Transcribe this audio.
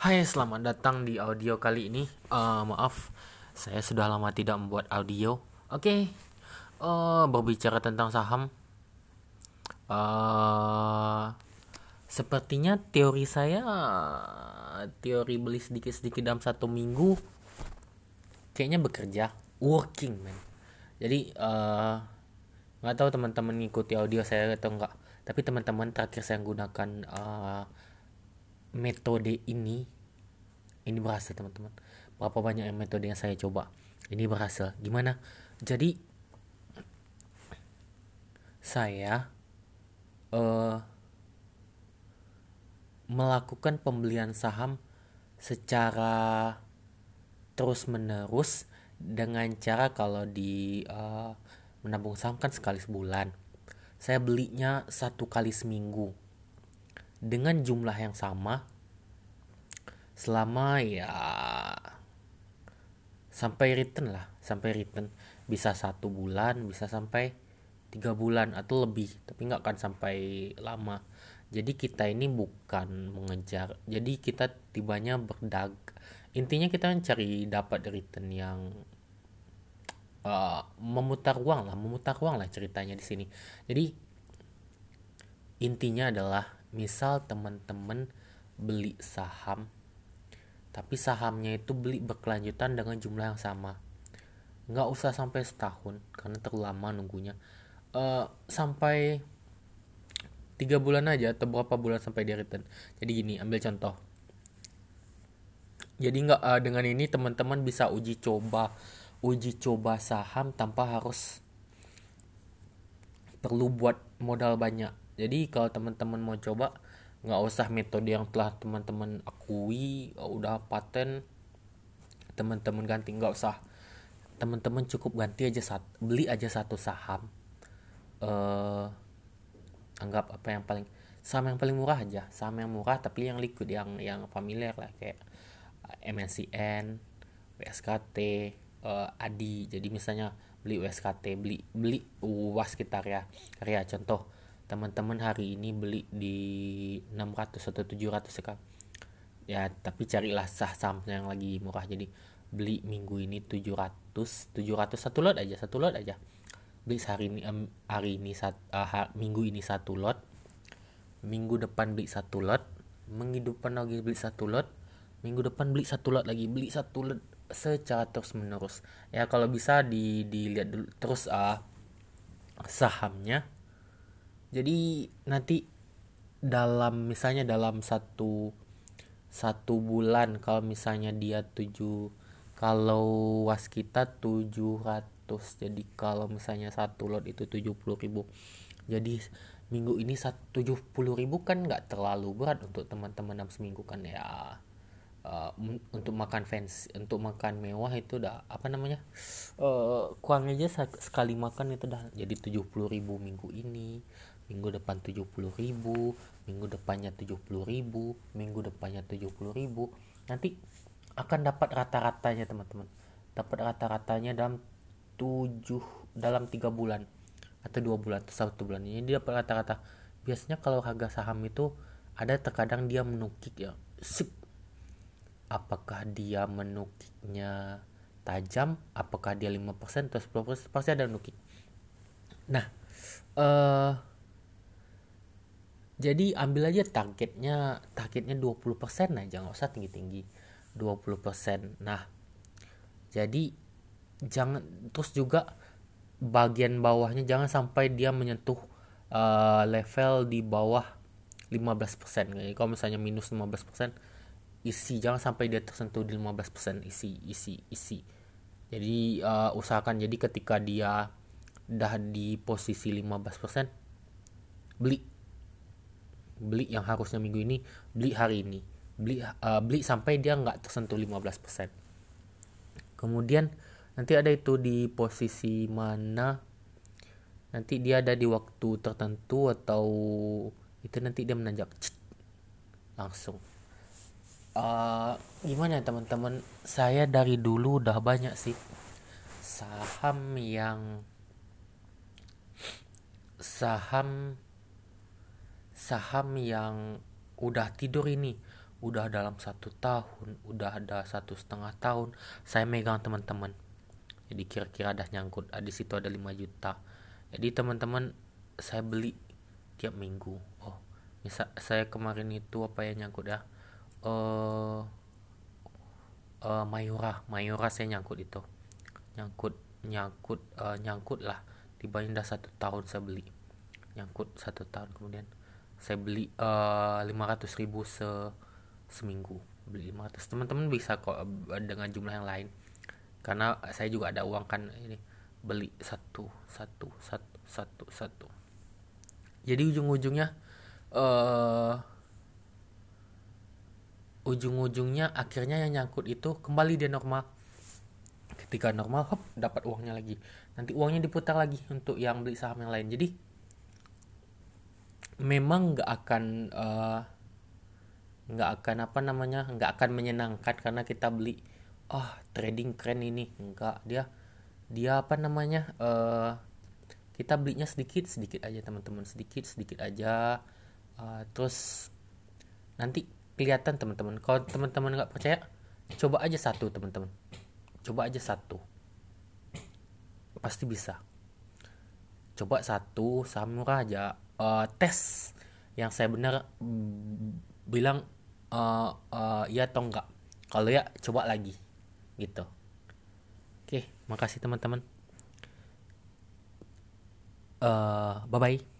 Hai, selamat datang di audio kali ini. Maaf, saya sudah lama tidak membuat audio. Oke, berbicara tentang saham. eh Sepertinya teori saya, teori beli sedikit-sedikit dalam 1 minggu, kayaknya bekerja, working man. Jadi nggak tahu teman-teman ngikuti audio saya atau enggak. Tapi teman-teman, terakhir saya gunakan metode ini berhasil teman-teman. Berapa banyak yang metode yang saya coba, ini berhasil. Gimana? Jadi saya eh, melakukan pembelian saham secara terus menerus dengan cara, kalau di menabung saham kan sekali sebulan, saya belinya 1 kali seminggu dengan jumlah yang sama selama ya sampai return bisa 1 bulan, bisa sampai 3 bulan atau lebih, tapi nggak akan sampai lama. Jadi kita ini bukan mengejar, jadi kita tibanya intinya kita mencari dapat return yang memutar uang lah ceritanya di sini. Jadi intinya adalah, misal teman-teman beli saham, tapi sahamnya itu beli berkelanjutan dengan jumlah yang sama, nggak usah sampai setahun karena terlalu lama nunggunya. Sampai 3 bulan aja atau berapa bulan sampai dia return. Jadi gini, ambil contoh. Jadi nggak dengan ini teman-teman bisa uji coba saham tanpa harus perlu buat modal banyak. Jadi kalau teman-teman mau coba, nggak usah metode yang telah teman-teman akui, udah paten teman-teman ganti, nggak usah. Teman-teman cukup beli aja satu saham. eh Anggap apa yang paling saham yang paling murah aja, saham yang murah tapi yang liquid, yang familiar lah, kayak MNCN, WSKT, ADI. Jadi misalnya beli WSKT, beli Waskita Karya contoh. Teman-teman hari ini beli di 600 atau 700 ya, ya, tapi carilah saham yang lagi murah. Jadi beli minggu ini 700 satu lot aja. Beli hari ini minggu ini satu lot, minggu depan beli satu lot, minggu depan lagi beli satu lot, minggu depan beli satu lot lagi, beli satu lot secara terus menerus. Ya kalau bisa dilihat dulu terus sahamnya. Jadi nanti misalnya dalam satu bulan, kalau misalnya dia 7, kalau waskita 700, jadi kalau misalnya satu lot itu 70.000, jadi minggu ini 70.000 kan nggak terlalu berat untuk teman-teman dalam seminggu kan ya. Untuk makan untuk makan mewah itu udah apa namanya, kurang aja sekali makan itu udah jadi 70.000 minggu ini, minggu depan 70.000, minggu depannya 70.000, minggu depannya 70.000. Nanti akan dapat rata-ratanya teman-teman, dapat rata-ratanya tujuh dalam 3 bulan atau 2 bulan atau 1 bulan. Ini dia dapat rata-rata. Biasanya kalau harga saham itu ada terkadang dia menukik ya, apakah dia menukiknya tajam, apakah dia 5% atau 10%, pasti ada menukik. Nah, eh jadi ambil aja targetnya 20% aja, nggak usah tinggi-tinggi, 20%. Nah, jadi jangan, terus juga bagian bawahnya jangan sampai dia menyentuh level di bawah 15%. Jadi kalau misalnya minus 15%, isi, jangan sampai dia tersentuh di 15%, isi. Jadi usahakan, jadi ketika dia udah di posisi 15%, beli beli yang harusnya minggu ini, beli hari ini, beli sampai dia nggak tersentuh 15%. Kemudian nanti ada itu di posisi mana, nanti dia ada di waktu tertentu atau itu nanti dia menanjak langsung. Gimana ya teman-teman, saya dari dulu udah banyak sih saham yang saham saham yang udah tidur ini, udah dalam 1 tahun, udah ada 1,5 tahun saya megang teman-teman. Jadi kira-kira ada nyangkut, di situ ada 5 juta. Jadi teman-teman, saya beli tiap minggu. Oh, misal saya kemarin itu apa ya nyangkut ya, eh Mayora saya nyangkut itu, nyangkut nyangkut nyangkut lah. Tiba udah 1 tahun saya beli, nyangkut 1 tahun kemudian saya beli 500 ribu seminggu, beli 500. Teman-teman bisa kok dengan jumlah yang lain, karena saya juga ada uang kan ini, beli satu satu satu satu satu. Jadi eh ujung-ujungnya akhirnya yang nyangkut itu kembali dia normal. Ketika normal, hop, dapat uangnya lagi, nanti uangnya diputar lagi untuk yang beli saham yang lain. Jadi memang nggak akan apa namanya, nggak akan menyenangkan karena kita beli, trading keren ini, enggak. Dia apa namanya, kita belinya sedikit sedikit aja teman-teman, sedikit sedikit aja. Terus nanti kelihatan teman-teman. Kalau teman-teman nggak percaya, coba aja satu teman-teman, coba aja satu, pasti bisa. Coba satu saham murah aja, tes yang saya benar, bilang ya atau enggak. Kalau ya, coba lagi gitu. Oke, makasih teman-teman. Bye bye.